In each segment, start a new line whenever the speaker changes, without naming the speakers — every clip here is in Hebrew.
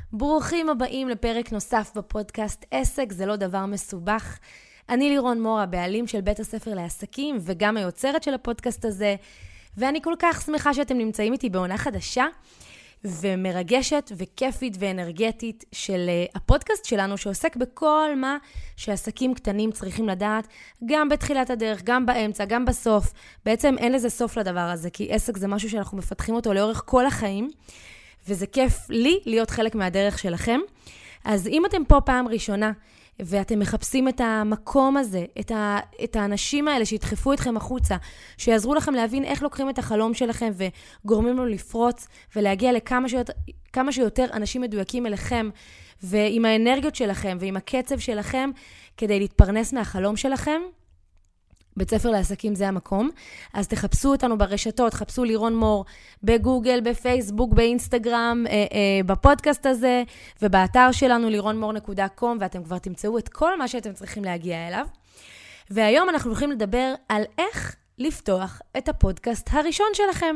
ברוכים הבאים לפרק נוסף בפודקאסט עסק, זה לא דבר מסובך. אני לירון מור, הבעלים של בית הספר לעסקים וגם היוצרת של הפודקאסט הזה, ואני כל כך שמחה שאתם נמצאים איתי בעונה חדשה ומרגשת וכיפית ואנרגטית של הפודקאסט שלנו, שעוסק בכל מה שעסקים קטנים צריכים לדעת, גם בתחילת הדרך, גם באמצע, גם בסוף. בעצם אין לזה סוף לדבר הזה, כי עסק זה משהו שאנחנו מפתחים אותו לאורך כל החיים, וזה כיף לי להיות חלק מהדרך שלכם. אז אם אתם פה פעם ראשונה, ואתם מחפשים את המקום הזה, את האנשים האלה שידחפו אתכם החוצה, שיעזרו לכם להבין איך לוקחים את החלום שלכם וגורמים לו לפרוץ ולהגיע לכמה שיותר אנשים מדויקים אליכם, ועם האנרגיות שלכם ועם הקצב שלכם, כדי להתפרנס מהחלום שלכם, בית ספר לעסקים זה המקום. אז תחפשו אותנו ברשתות, חפשו לירון מור בגוגל, בפייסבוק, באינסטגרם, בפודקאסט הזה, ובאתר שלנו lironmor.com, ואתם כבר תמצאו את כל מה שאתם צריכים להגיע אליו. והיום אנחנו הולכים לדבר על איך לפתוח את הפודקאסט הראשון שלכם.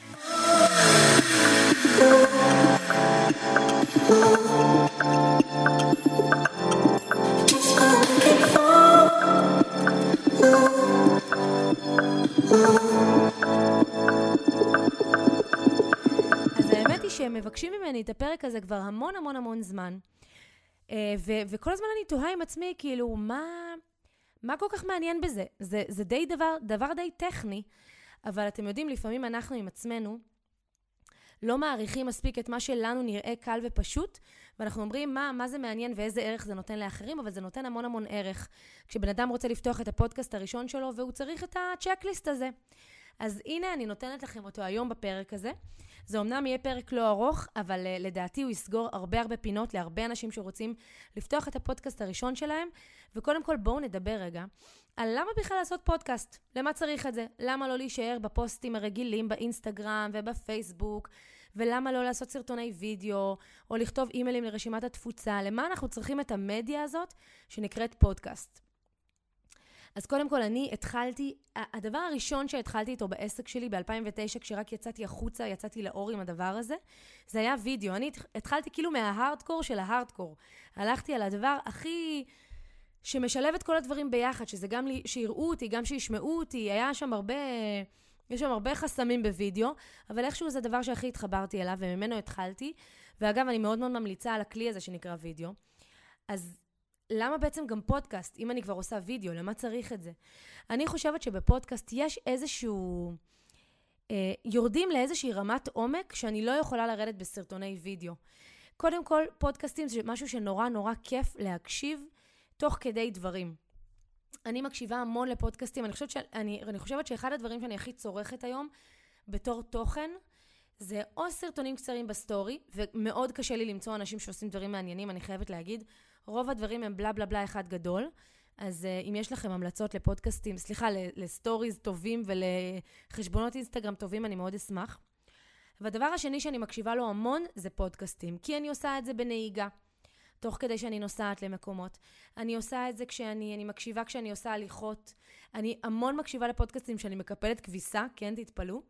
אז האמת היא שהם מבקשים ממני את הפרק הזה כבר המון זמן, וכל הזמן אני תוהה עם עצמי, כאילו, מה כל כך מעניין בזה? זה די דבר די טכני, אבל אתם יודעים, לפעמים אנחנו עם עצמנו לא מעריכים מספיק את מה שלנו נראה קל ופשוט, ואנחנו אומרים מה זה מעניין ואיזה ערך זה נותן לאחרים, אבל זה נותן המון ערך כשבן אדם רוצה לפתוח את הפודקאסט הראשון שלו, והוא צריך את הצ'קליסט הזה. אז הנה אני נותנת לכם אותו היום בפרק הזה. זה אומנם יהיה פרק לא ארוך, אבל לדעתי הוא יסגור הרבה פינות להרבה אנשים שרוצים לפתוח את הפודקאסט הראשון שלהם. וקודם כל בואו נדבר רגע על למה בכלל לעשות פודקאסט. למה צריך את זה? למה לא להישאר בפוסטים הרגילים באינסטגרם ובפייסבוק? ולמה לא לעשות סרטוני וידאו או לכתוב אימיילים לרשימת התפוצה? למה אנחנו צריכים את המדיה הזאת שנקראת פודקאסט? אז קודם כל אני הדבר הראשון שהתחלתי איתו בעסק שלי ב-2009, כשרק יצאתי החוצה, יצאתי לאור עם הדבר הזה, זה היה וידאו. אני התחלתי כאילו מההארדקור של ההארדקור. הלכתי על הדבר הכי שמשלב את כל הדברים ביחד, שזה גם שיראו אותי, גם שישמעו אותי, יש שם הרבה חסמים בווידאו, אבל איכשהו זה הדבר שהכי התחברתי אליו, וממנו התחלתי. ואגב, אני מאוד ממליצה על הכלי הזה שנקרא וידאו. אז למה בעצם גם פודקאסט? אם אני כבר עושה וידאו, למה צריך את זה? אני חושבת שבפודקאסט יש יורדים לאיזושהי רמת עומק שאני לא יכולה לרדת בסרטוני וידאו. קודם כל, פודקאסטים זה משהו שנורא כיף להקשיב תוך כדי דברים. אני מקשיבה המון לפודקאסטים. אני חושבת שאחד הדברים שאני הכי צורכת היום בתור תוכן, זה או סרטונים קצרים בסטורי, ומאוד קשה לי למצוא אנשים שעושים דברים מעניינים, אני חייבת להגיד. רוב הדברים הם בלה אחד גדול. אז אם יש לכם המלצות לפודקאסטים, לסטוריז טובים ולחשבונות אינסטגרם טובים, אני מאוד אשמח. והדבר השני שאני מקשיבה לו המון זה פודקאסטים, כי אני עושה את זה בנהיגה, תוך כדי שאני נוסעת למקומות. אני עושה את זה אני מקשיבה כשאני עושה הליכות. אני המון מקשיבה לפודקאסטים שאני מקפלת כביסה, כן, תתפלו.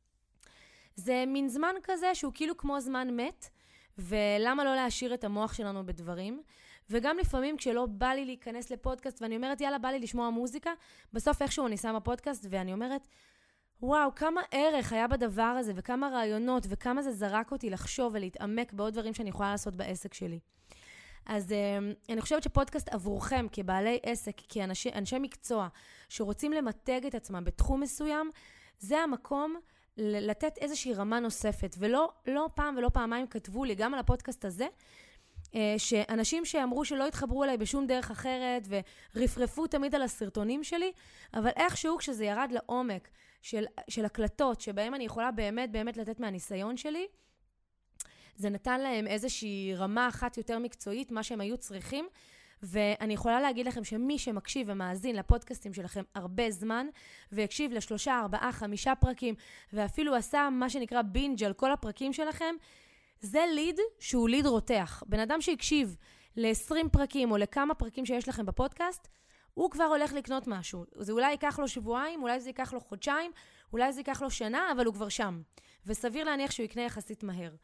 זה מין זמן כזה שהוא כאילו כמו זמן מת, ולמה לא להשאיר את המוח שלנו בדברים? וגם לפעמים כשלא בא לי להיכנס לפודקאסט, ואני אומרת, יאללה, בא לי לשמוע מוזיקה, בסוף איכשהו אני שמה פודקאסט, ואני אומרת, וואו, כמה ערך היה בדבר הזה, וכמה רעיונות, וכמה זה זרק אותי לחשוב ולהתעמק בעוד דברים שאני יכולה לעשות בעסק שלי. אז אני חושבת שפודקאסט עבורכם כבעלי עסק, כאנשי מקצוע שרוצים למתג את עצמם בתחום מסוים, זה המקום לתת איזושהי רמה נוספת. ולא פעם ולא פעמיים כתבו לי, גם על הפודקאסט הזה, שאנשים שאמרו שלא התחברו אליי בשום דרך אחרת, ורפרפו תמיד על הסרטונים שלי, אבל איכשהו כשזה ירד לעומק של הקלטות, שבהם אני יכולה באמת לתת מהניסיון שלי, זה נתן להם איזושהי רמה אחת יותר מקצועית, מה שהם היו צריכים, ואני יכולה להגיד לכם שמי שמקשיב ומאזין לפודקאסטים שלכם הרבה זמן, ויקשיב ל3, 4, 5 פרקים, ואפילו עשה מה שנקרא בינג' על כל הפרקים שלכם, זה ליד שהוא ליד רותח. בן אדם שיקשיב ל20 פרקים או לכמה פרקים שיש לכם בפודקאסט, הוא כבר הולך לקנות משהו. זה אולי ייקח לו שבועיים, אולי זה ייקח לו חודשיים, אולי זה ייקח לו שנה, אבל הוא כבר שם. וסביר להניח שהוא יקנה יחסית מהר.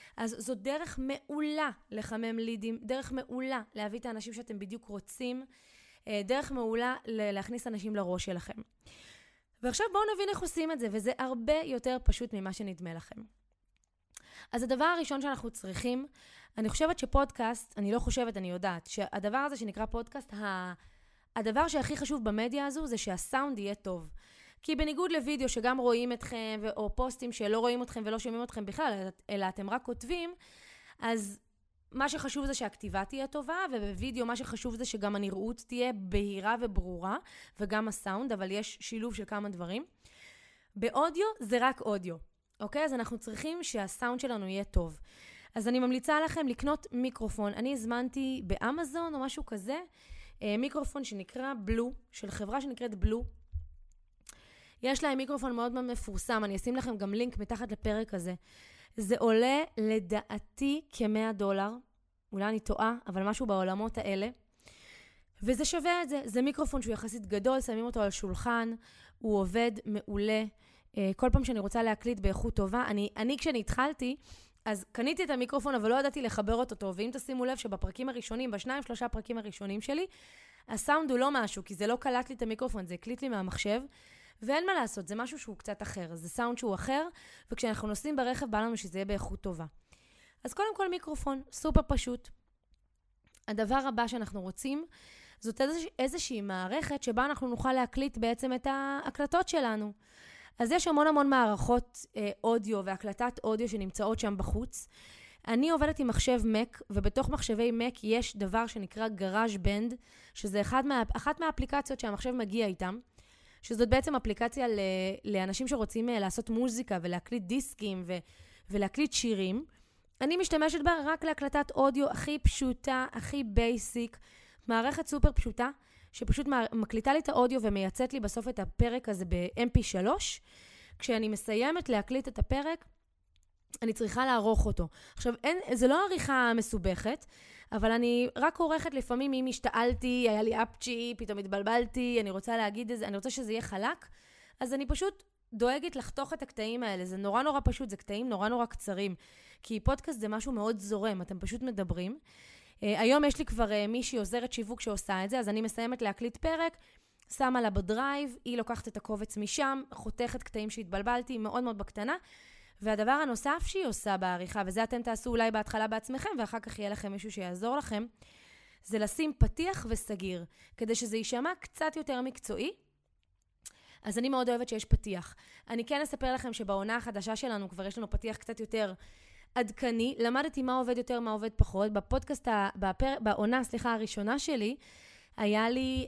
אז זו דרך מעולה לחמם לידים, דרך מעולה להביא את האנשים שאתם בדיוק רוצים, דרך מעולה להכניס אנשים לראש שלכם. ועכשיו בואו נבין איך עושים את זה, וזה הרבה יותר פשוט ממה שנדמה לכם. אז הדבר הראשון שאנחנו צריכים, אני חושבת שפודקאסט, אני לא חושבת, אני יודעת, שהדבר הזה שנקרא פודקאסט, הדבר שהכי חשוב במדיה הזו זה שהסאונד יהיה טוב. כי בניגוד לוידאו שגם רואים אתכם, או פוסטים שלא רואים אתכם ולא שומעים אתכם בכלל, אלא אתם רק כותבים, אז מה שחשוב זה שהכתיבה תהיה טובה, ובווידאו מה שחשוב זה שגם הנראות תהיה בהירה וברורה, וגם הסאונד, אבל יש שילוב של כמה דברים. באודיו זה רק אודיו, אוקיי? אז אנחנו צריכים שהסאונד שלנו יהיה טוב. אז אני ממליצה לכם לקנות מיקרופון. אני הזמנתי באמזון או משהו כזה, מיקרופון שנקרא בלו, של חברה שנקראת בלו. יש להם מיקרופון מאוד מאוד מפורסם, אני אשים לכם גם לינק מתחת לפרק הזה. זה עולה לדעתי $100, אולי אני טועה, אבל משהו בעולמות האלה. וזה שווה את זה, זה מיקרופון שהוא יחסית גדול, שמים אותו על שולחן, הוא עובד מעולה. כל פעם שאני רוצה להקליט באיכות טובה, אני כשאני התחלתי, אז קניתי את המיקרופון, אבל לא ידעתי לחבר אותו טוב, ואם תשימו לב שבפרקים הראשונים, ב2-3 פרקים הראשונים שלי, הסאונד הוא לא משהו, כי זה לא קלט לי את המיקרופון, זה הקליט לי מהמחשב, ואין מה לעשות, זה משהו שהוא קצת אחר, זה סאונד שהוא אחר, וכשאנחנו נוסעים ברכב בא לנו שזה יהיה באיכות טובה. אז קודם כל מיקרופון, סופר פשוט. הדבר הבא שאנחנו רוצים, זאת איזושהי מערכת שבה אנחנו נוכל להקליט בעצם את ההקלטות שלנו. אז יש המון מערכות אודיו והקלטת אודיו שנמצאות שם בחוץ. אני עובדת עם מחשב Mac, ובתוך מחשבי Mac יש דבר שנקרא GarageBand, שזה אחת מהאפליקציות שהמחשב מגיע איתם, שזאת בעצם אפליקציה לאנשים שרוצים לעשות מוזיקה ולהקליט דיסקים ולהקליט שירים. אני משתמשת בה רק להקלטת אודיו הכי פשוטה, הכי בייסיק, מערכת סופר פשוטה, שפשוט מקליטה לי את האודיו ומייצאת לי בסוף את הפרק הזה ב-MP3. כשאני מסיימת להקליט את הפרק, אני צריכה לערוך אותו. עכשיו, זה לא עריכה מסובכת, אבל אני רק עורכת לפעמים אם השתעלתי, היה לי אפצ'י, פתאום התבלבלתי, אני רוצה להגיד את זה, אני רוצה שזה יהיה חלק, אז אני פשוט דואגת לחתוך את הקטעים האלה. זה נורא פשוט, זה קטעים נורא קצרים, כי פודקאסט זה משהו מאוד זורם, אתם פשוט מדברים. היום יש לי כבר מישהי עוזרת שיווק שעושה את זה, אז אני מסיימת להקליט פרק, שמה לה בדרייב, היא לוקחת את הקובץ משם, חותכת קטעים שהתבלבלתי, מאוד בקטנה, והדבר הנוסף שהיא עושה בעריכה, וזה אתם תעשו אולי בהתחלה בעצמכם, ואחר כך יהיה לכם מישהו שיעזור לכם, זה לשים פתיח וסגיר, כדי שזה יישמע קצת יותר מקצועי. אז אני מאוד אוהבת שיש פתיח. אני כן אספר לכם שבעונה החדשה שלנו כבר יש לנו פתיח קצת יותר עדכני, למדתי מה עובד יותר, מה עובד פחות. בפודקאסט, בעונה הראשונה שלי, היה לי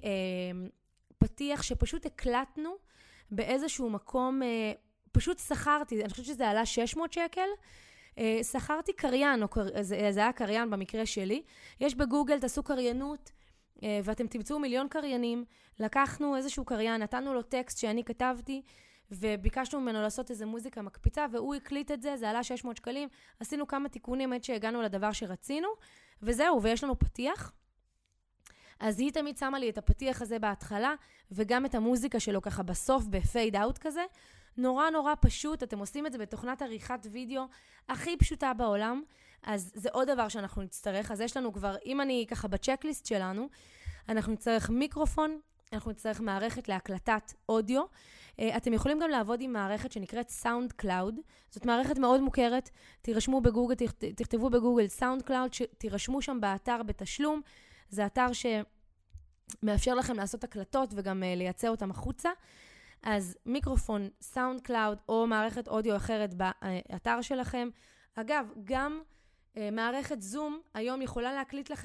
פתיח שפשוט הקלטנו באיזשהו מקום, פשוט שכרתי, אני חושבת שזה עלה 600 שקל, שכרתי קריין, זה היה קריין במקרה שלי. יש בגוגל, תעשו קריינות, ואתם תמצאו מיליון קריינים. לקחנו איזשהו קריין, נתנו לו טקסט שאני כתבתי, וביקשנו ממנו לעשות איזו מוזיקה מקפיצה, והוא הקליט את זה, זה עלה 600 שקלים, עשינו כמה תיקונים עד שהגענו לדבר שרצינו, וזהו, ויש לנו פתיח. אז היא תמיד שמה לי את הפתיח הזה בהתחלה, וגם את המוזיקה שלו ככה בסוף, בפייד אאוט כזה. נורא פשוט, אתם עושים את זה בתוכנת עריכת וידאו הכי פשוטה בעולם, אז זה עוד דבר שאנחנו נצטרך. אז יש לנו כבר, אם אני ככה בצ'קליסט שלנו, אנחנו נצטרך מיקרופון, אנחנו נצטרך מערכת להקלטת אודיו. אתם יכולים גם לעבוד עם מערכת שנקראת סאונד קלאוד. זאת מערכת מאוד מוכרת. תירשמו בגוגל, תכתבו בגוגל סאונד קלאוד, תירשמו שם באתר בתשלום. זה אתר שמאפשר לכם לעשות הקלטות וגם לייצא אותם החוצה. אז מיקרופון, סאונד קלאוד או מערכת אודיו אחרת באתר שלכם. אגב, גם מערכת זום היום יכולה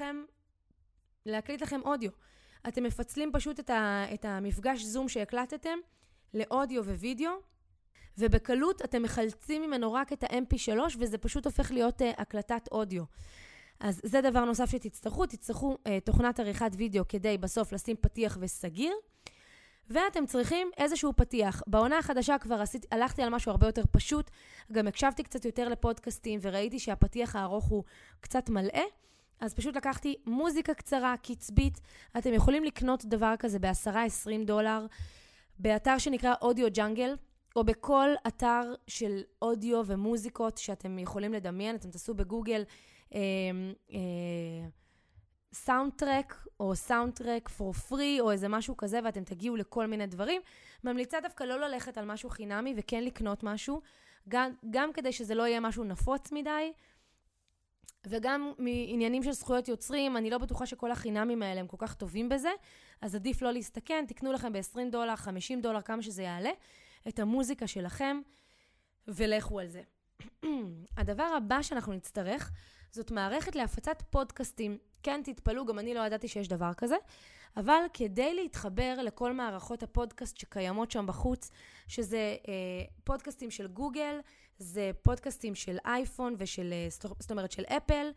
להקליט לכם אודיו. אתם מפצלים פשוט את המפגש זום שהקלטתם לאודיו ווידאו, ובקלות אתם מחלצים ממנו רק את ה-MP3, וזה פשוט הופך להיות הקלטת אודיו. אז זה דבר נוסף שתצטרכו, תוכנת עריכת וידאו כדי בסוף לשים פתיח וסגיר, ואתם צריכים איזשהו פתיח. בעונה החדשה כבר הלכתי על משהו הרבה יותר פשוט, גם הקשבתי קצת יותר לפודקאסטים, וראיתי שהפתיח הארוך הוא קצת מלא, אז פשוט לקחתי מוזיקה קצרה, קצבית. אתם יכולים לקנות דבר כזה $10-20, באתר שנקרא אודיו ג'אנגל,
או בכל אתר של אודיו ומוזיקות שאתם יכולים לדמיין. אתם תעשו בגוגל סאונדטרק או סאונדטרק for free או איזה משהו כזה, ואתם תגיעו לכל מיני דברים. ממליצה דווקא לא ללכת על משהו חינמי וכן לקנות משהו, גם כדי שזה לא יהיה משהו נפוץ מדי, וגם מעניינים של זכויות יוצרים, אני לא בטוחה שכל החינמים האלה הם כל כך טובים בזה, אז עדיף לא להסתכן, תקנו לכם ב$20, $50, כמה שזה יעלה, את המוזיקה שלכם, ולכו על זה. הדבר הבא שאנחנו נצטרך, זאת מערכת להפצת פודקאסטים. כן, תתפלו, גם אני לא ידעתי שיש דבר כזה, אבל כדי להתחבר לכל מערכות הפודקאסט שקיימות שם בחוץ, שזה פודקאסטים של גוגל, זה פודקאסטים של אייפון ושל, זאת אומרת של אפל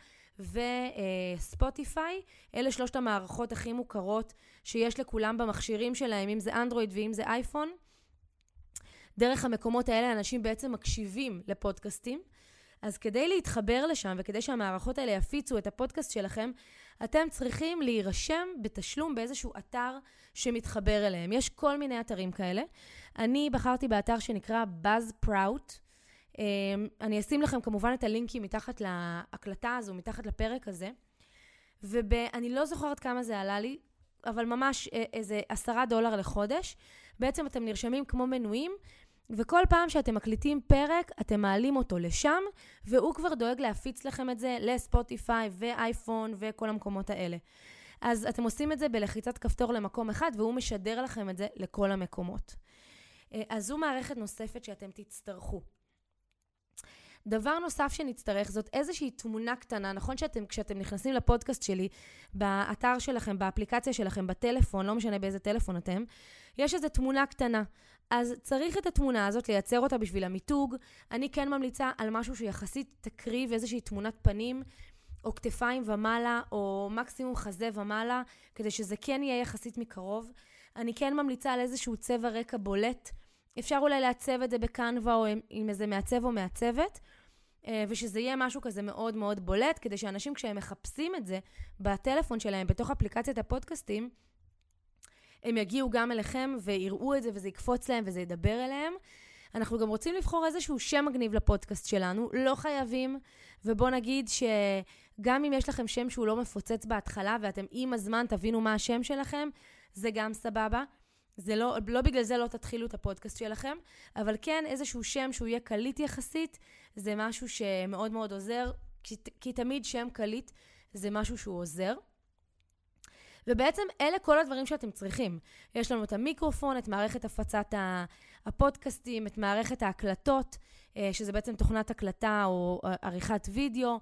וספוטיפיי, אלה שלושת המערכות הכי מוכרות שיש לכולם במכשירים שלהם, אם זה אנדרואיד ואם זה אייפון. דרך המקומות האלה אנשים בעצם מקשיבים לפודקאסטים, אז כדי להתחבר לשם וכדי שהמערכות האלה יפיצו את הפודקאסט שלכם, אתם צריכים להירשם בתשלום באיזשהו אתר שמתחבר אליהם. יש כל מיני אתרים כאלה. אני בחרתי באתר שנקרא Buzzsprout. אני אשים לכם כמובן את הלינקים מתחת להקלטה הזו, מתחת לפרק הזה. ואני לא זוכרת כמה זה עלה לי, אבל ממש איזה $10 לחודש. בעצם אתם נרשמים כמו מנויים, וכל פעם שאתם מקליטים פרק, אתם מעלים אותו לשם, והוא כבר דואג להפיץ לכם את זה לספוטיפיי ואייפון וכל המקומות האלה. אז אתם עושים את זה בלחיצת כפתור למקום אחד, והוא משדר לכם את זה לכל המקומות. אז זו מערכת נוספת שאתם תצטרכו. דבר נוסף שנצטרך זאת איזושהי תמונה קטנה, נכון כשאתם נכנסים לפודקאסט שלי, באתר שלכם, באפליקציה שלכם, בטלפון, לא משנה באיזה טלפון אתם, יש איזו תמונה קטנה. אז צריך את התמונה הזאת, לייצר אותה בשביל המיתוג. אני כן ממליצה על משהו שיחסית תקריב איזושהי תמונת פנים, או כתפיים ומעלה, או מקסימום חזה ומעלה, כדי שזה כן יהיה יחסית מקרוב. אני כן ממליצה על איזשהו צבע רקע בולט. אפשר אולי לעצב את זה בקנווה, או עם איזה מעצב או מעצבת, ושזה יהיה משהו כזה מאוד מאוד בולט, כדי שאנשים כשהם מחפשים את זה בטלפון שלהם, בתוך אפליקציית הפודקאסטים, הם יגיעו גם אליכם ויראו את זה, וזה יקפוץ להם וזה ידבר אליהם. אנחנו גם רוצים לבחור איזשהו שם מגניב לפודקאסט שלנו, לא חייבים, ובוא נגיד שגם אם יש לכם שם שהוא לא מפוצץ בהתחלה, ואתם עם הזמן תבינו מה השם שלכם, זה גם סבבה. זה לא בגלל זה לא תתחילו את הפודקאסט שלכם, אבל כן איזשהו שם שהוא יהיה קליט יחסית, זה משהו שמאוד מאוד עוזר, כי תמיד שם קליט זה משהו שהוא עוזר. ובעצם אלה כל הדברים שאתם צריכים. יש לנו את המיקרופון, את מערכת הפצת הפודקאסטים, את מערכת ההקלטות, שזה בעצם תוכנת הקלטה או עריכת וידאו,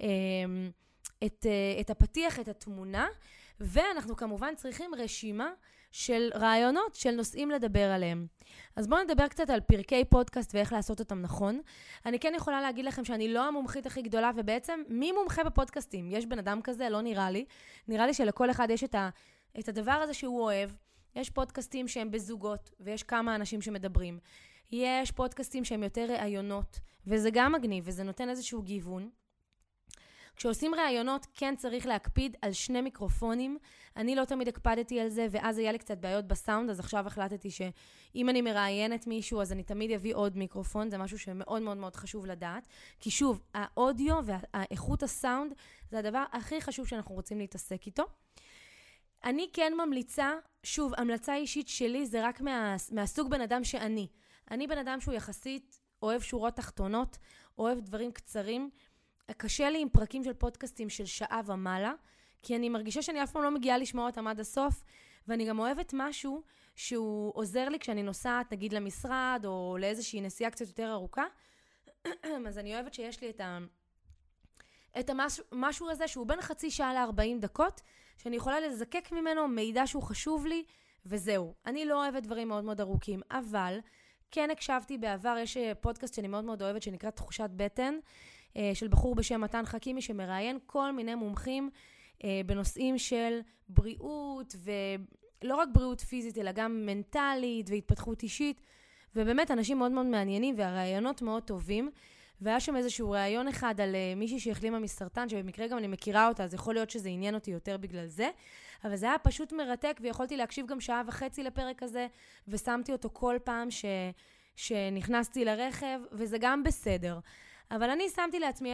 את הפתיח, את התמונה, ואנחנו כמובן צריכים רשימה של רעיונות, של נושאים לדבר עליהם. אז בואו נדבר קצת על פרקי פודקאסט ואיך לעשות אותם נכון. אני כן יכולה להגיד לכם שאני לא המומחית הכי גדולה, ובעצם מי מומחה בפודקאסטים? יש בן אדם כזה? לא נראה לי. נראה לי שלכל אחד יש את הדבר הזה שהוא אוהב. יש פודקאסטים שהם בזוגות, ויש כמה אנשים שמדברים. יש פודקאסטים שהם יותר ראיונות, וזה גם מגניב, וזה נותן איזשהו גיוון. כשעושים ראיונות, כן צריך להקפיד על 2 מיקרופונים. אני לא תמיד הקפדתי על זה, ואז היה לי קצת בעיות בסאונד, אז עכשיו החלטתי שאם אני מראיינת מישהו, אז אני תמיד אביא עוד מיקרופון, זה משהו שמאוד מאוד מאוד חשוב לדעת. כי שוב, האודיו והאיכות הסאונד, זה הדבר הכי חשוב שאנחנו רוצים להתעסק איתו. אני כן ממליצה, שוב, המלצה אישית שלי זה רק מהסוג בן אדם שאני. אני בן אדם שהוא יחסית אוהב שורות תחתונות, אוהב דברים קצרים, קשה לי עם פרקים של פודקאסטים של שעה ומעלה, כי אני מרגישה שאני אף פעם לא מגיעה לשמוע אותם עד הסוף, ואני גם אוהבת משהו שהוא עוזר לי כשאני נוסעת, נגיד למשרד, או לאיזושהי נסיעה קצת יותר ארוכה, אז אני אוהבת שיש לי את המשהו הזה שהוא בין חצי שעה ל-40 דקות, שאני יכולה לזקק ממנו מידע שהוא חשוב לי, וזהו. אני לא אוהבת דברים מאוד מאוד ארוכים, אבל כן הקשבתי בעבר, יש פודקאסט שאני מאוד מאוד אוהבת, שנקרא תחושת בטן, של בחור בשם מתן חכימי, שמראיין כל מיני מומחים בנושאים של בריאות, ולא רק בריאות פיזית, אלא גם מנטלית והתפתחות אישית, ובאמת אנשים מאוד מאוד מעניינים, והראיונות מאוד טובים, והיה שם איזשהו ראיון אחד על מישהי שהחלימה מסרטן, שבמקרה גם אני מכירה אותה, אז יכול להיות שזה עניין אותי יותר בגלל זה, אבל זה היה פשוט מרתק, ויכולתי להקשיב גם 1.5 שעה לפרק הזה, ושמתי אותו כל פעם שנכנסתי לרכב, וזה גם בסדר. אבל אני שמתי לעצמי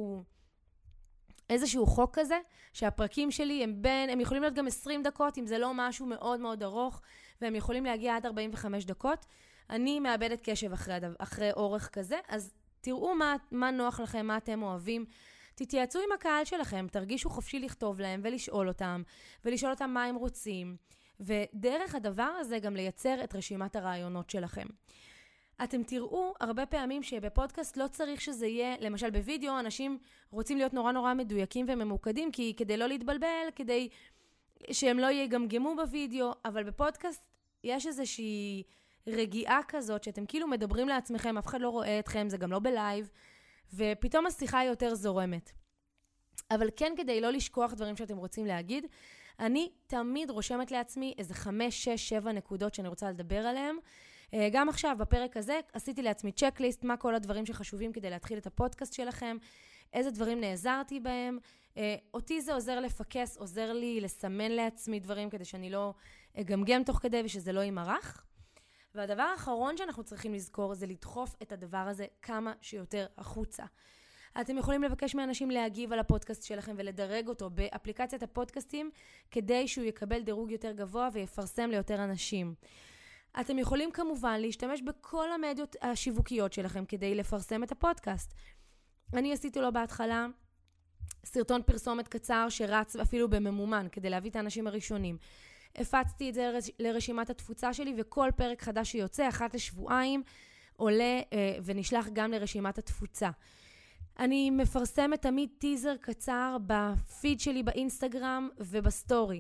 איזשהו חוק כזה, שהפרקים שלי הם יכולים להיות גם 20 דקות, אם זה לא משהו מאוד מאוד ארוך, והם יכולים להגיע עד 45 דקות. אני מאבדת קשב אחרי אורך כזה, אז תראו מה נוח לכם, מה אתם אוהבים. תתייעצו עם הקהל שלכם, תרגישו חופשי לכתוב להם ולשאול אותם מה הם רוצים. ודרך הדבר הזה גם לייצר את רשימת הרעיונות שלכם. אתם תראו הרבה פעמים שבפודקאסט לא צריך שזה יהיה, למשל בווידאו, אנשים רוצים להיות נורא נורא מדויקים וממוקדים, כי כדי לא להתבלבל, כדי שהם לא יגמגמו בווידאו, אבל בפודקאסט יש איזושהי רגיעה כזאת, שאתם כאילו מדברים לעצמכם, אף אחד לא רואה אתכם, זה גם לא בלייב, ופתאום השיחה היא יותר זורמת. אבל כן, כדי לא לשכוח דברים שאתם רוצים להגיד, אני תמיד רושמת לעצמי איזה 5, 6, 7 נקודות שאני רוצה לדבר עליהן. גם עכשיו, בפרק הזה, עשיתי לעצמי צ'קליסט, מה כל הדברים שחשובים כדי להתחיל את הפודקאסט שלכם, איזה דברים נעזרתי בהם. אותי זה עוזר לפקס, עוזר לי לסמן לעצמי דברים כדי שאני לא אגמגם תוך כדי ושזה לא יימרח. והדבר האחרון שאנחנו צריכים לזכור זה לדחוף את הדבר הזה כמה שיותר החוצה. אתם יכולים לבקש מאנשים להגיב על הפודקאסט שלכם ולדרג אותו באפליקציית הפודקאסטים כדי שהוא יקבל דירוג יותר גבוה ויפרסם ליותר אנשים. אתם יכולים כמובן להשתמש בכל המדיות השיווקיות שלכם כדי לפרסם את הפודקאסט. אני עשיתי לו בהתחלה סרטון פרסומת קצר שרץ אפילו בממומן כדי להביא את האנשים הראשונים. הפצתי את זה לרשימת התפוצה שלי, וכל פרק חדש שיוצא, אחת לשבועיים, עולה ונשלח גם לרשימת התפוצה. אני מפרסמת תמיד טיזר קצר בפיד שלי באינסטגרם ובסטורי.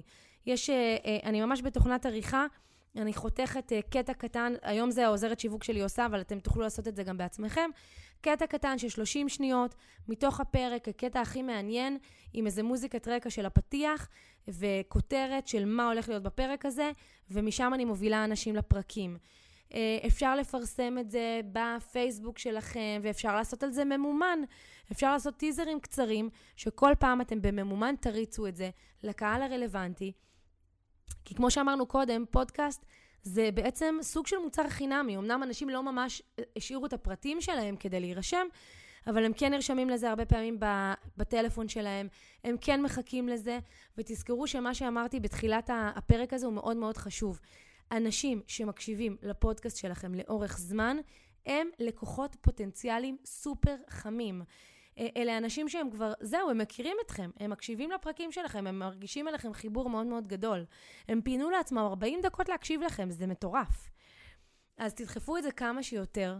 אני ממש בתוכנת עריכה, אני חותכת קטע קטן, היום זה העוזרת שיווק שלי עושה, אבל אתם תוכלו לעשות את זה גם בעצמכם. קטע קטן של 30 שניות, מתוך הפרק, הקטע הכי מעניין, עם איזה מוזיקת רקע של הפתיח, וכותרת של מה הולך להיות בפרק הזה, ומשם אני מובילה אנשים לפרקים. אפשר לפרסם את זה בפייסבוק שלכם, ואפשר לעשות על זה ממומן. אפשר לעשות טיזרים קצרים, שכל פעם אתם בממומן תריצו את זה לקהל הרלוונטי. כי כמו שאמרנו קודם, פודקאסט זה בעצם סוג של מוצר חינמי. אמנם אנשים לא ממש השאירו את הפרטים שלהם כדי להירשם, אבל הם כן נרשמים לזה הרבה פעמים בטלפון שלהם, הם כן מחכים לזה, ותזכרו שמה שאמרתי בתחילת הפרק הזה הוא מאוד מאוד חשוב. אנשים שמקשיבים לפודקאסט שלכם לאורך זמן, הם לקוחות פוטנציאליים סופר חמים. אלה אנשים שהם כבר, הם מכירים אתכם, הם מקשיבים לפרקים שלכם, הם מרגישים אליכם חיבור מאוד מאוד גדול. הם פינו לעצמם 40 דקות להקשיב לכם, זה מטורף. אז תדחפו את זה כמה שיותר.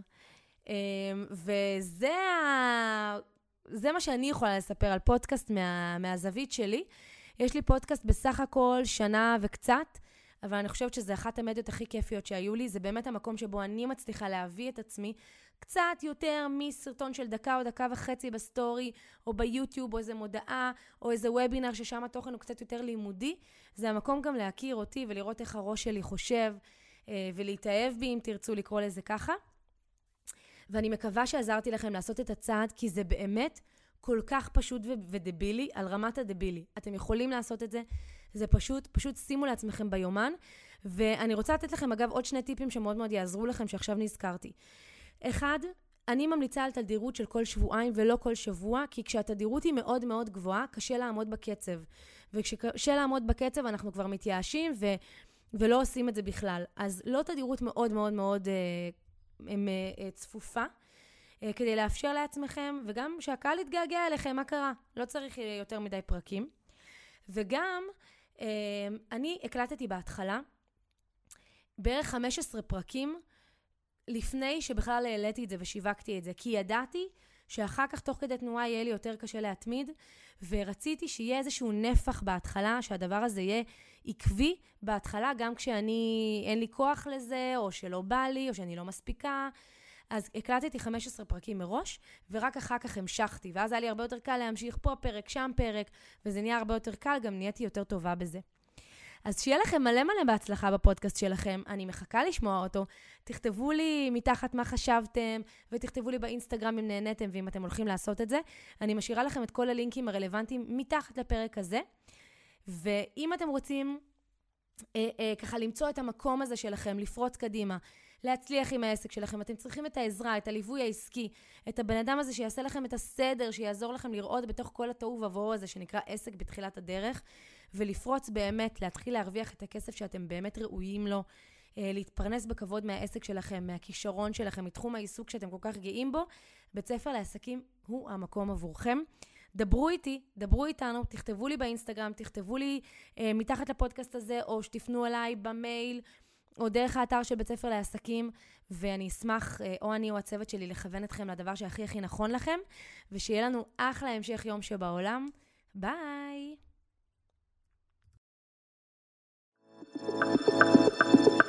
וזה מה שאני יכולה לספר על פודקאסט מהזווית שלי. יש לי פודקאסט בסך הכל שנה וקצת, אבל אני חושבת שזה אחת המדיות הכי כיפיות שהיו לי. זה באמת המקום שבו אני מצליחה להביא את עצמי קצת יותר מסרטון של דקה או דקה וחצי בסטורי, או ביוטיוב, או איזה מודעה, או איזה וובינר ששם התוכן הוא קצת יותר לימודי. זה המקום גם להכיר אותי ולראות איך הראש שלי חושב, ולהתאהב בי אם תרצו לקרוא לזה ככה. ואני מקווה שעזרתי לכם לעשות את הצעד, כי זה באמת כל כך פשוט ודבילי, על רמת הדבילי. אתם יכולים לעשות את זה, זה פשוט שימו לעצמכם ביומן, ואני רוצה לתת לכם אגב עוד 2 טיפים שמאוד מאוד יעזרו לכם, שעכשיו נזכרתי. 1, אני ממליצה על תדירות של כל שבועיים ולא כל שבוע, כי כשהתדירות היא מאוד מאוד גבוהה, קשה לעמוד בקצב. וכשקשה לעמוד בקצב אנחנו כבר מתייאשים ולא עושים את זה בכלל. אז לא תדירות מאוד מאוד מאוד צפופה, כדי לאפשר לעצמכם, וגם שהקהל יתגעגע אליכם, מה קרה? לא צריך יותר מדי פרקים. וגם, אני הקלטתי בהתחלה, בערך 15 פרקים, לפני שבכלל העליתי את זה ושיווקתי את זה, כי ידעתי שאחר כך תוך כדי תנועה יהיה לי יותר קשה להתמיד, ורציתי שיהיה איזשהו נפח בהתחלה, שהדבר הזה יהיה עקבי בהתחלה, גם אין לי כוח לזה, או שלא בא לי, או שאני לא מספיקה. אז הקלטתי 15 פרקים מראש, ורק אחר כך המשכתי, ואז היה לי הרבה יותר קל להמשיך פה פרק, שם פרק, וזה נהיה הרבה יותר קל, גם נהייתי יותר טובה בזה. אז שיהיה לכם מלא מלא בהצלחה בפודקאסט שלכם, אני מחכה לשמוע אותו, תכתבו לי מתחת מה חשבתם, ותכתבו לי באינסטגרם אם נהניתם, ואם אתם הולכים לעשות את זה, אני משאירה לכם את כל הלינקים הרלוונטיים מתחת לפרק הזה, ואם אתם רוצים ככה למצוא את המקום הזה שלכם, לפרוץ קדימה, להצליח עם העסק שלכם, אתם צריכים את העזרה, את הליווי העסקי, את הבן אדם הזה שיעשה לכם את הסדר, שיעזור לכם לראות בתוך כל התוהו ובוהו הזה שנקרא עסק בתחילת הדרך, ולפרוץ באמת, להתחיל להרוויח את הכסף שאתם באמת ראויים לו, להתפרנס בכבוד מהעסק שלכם, מהכישרון שלכם, מתחום העיסוק שאתם כל כך גאים בו. בית ספר לעסקים הוא המקום עבורכם. דברו איתי, דברו איתנו, תכתבו לי באינסטגרם, תכתבו לי מתחת לפודקאסט הזה, או שתפנו אליי במייל, או דרך האתר של בית ספר לעסקים, ואני אשמח, או אני או הצוות שלי, לכוון אתכם לדבר שהכי הכי נכון לכם, ושיהיה לנו אחלה המשך יום שבעולם. ביי!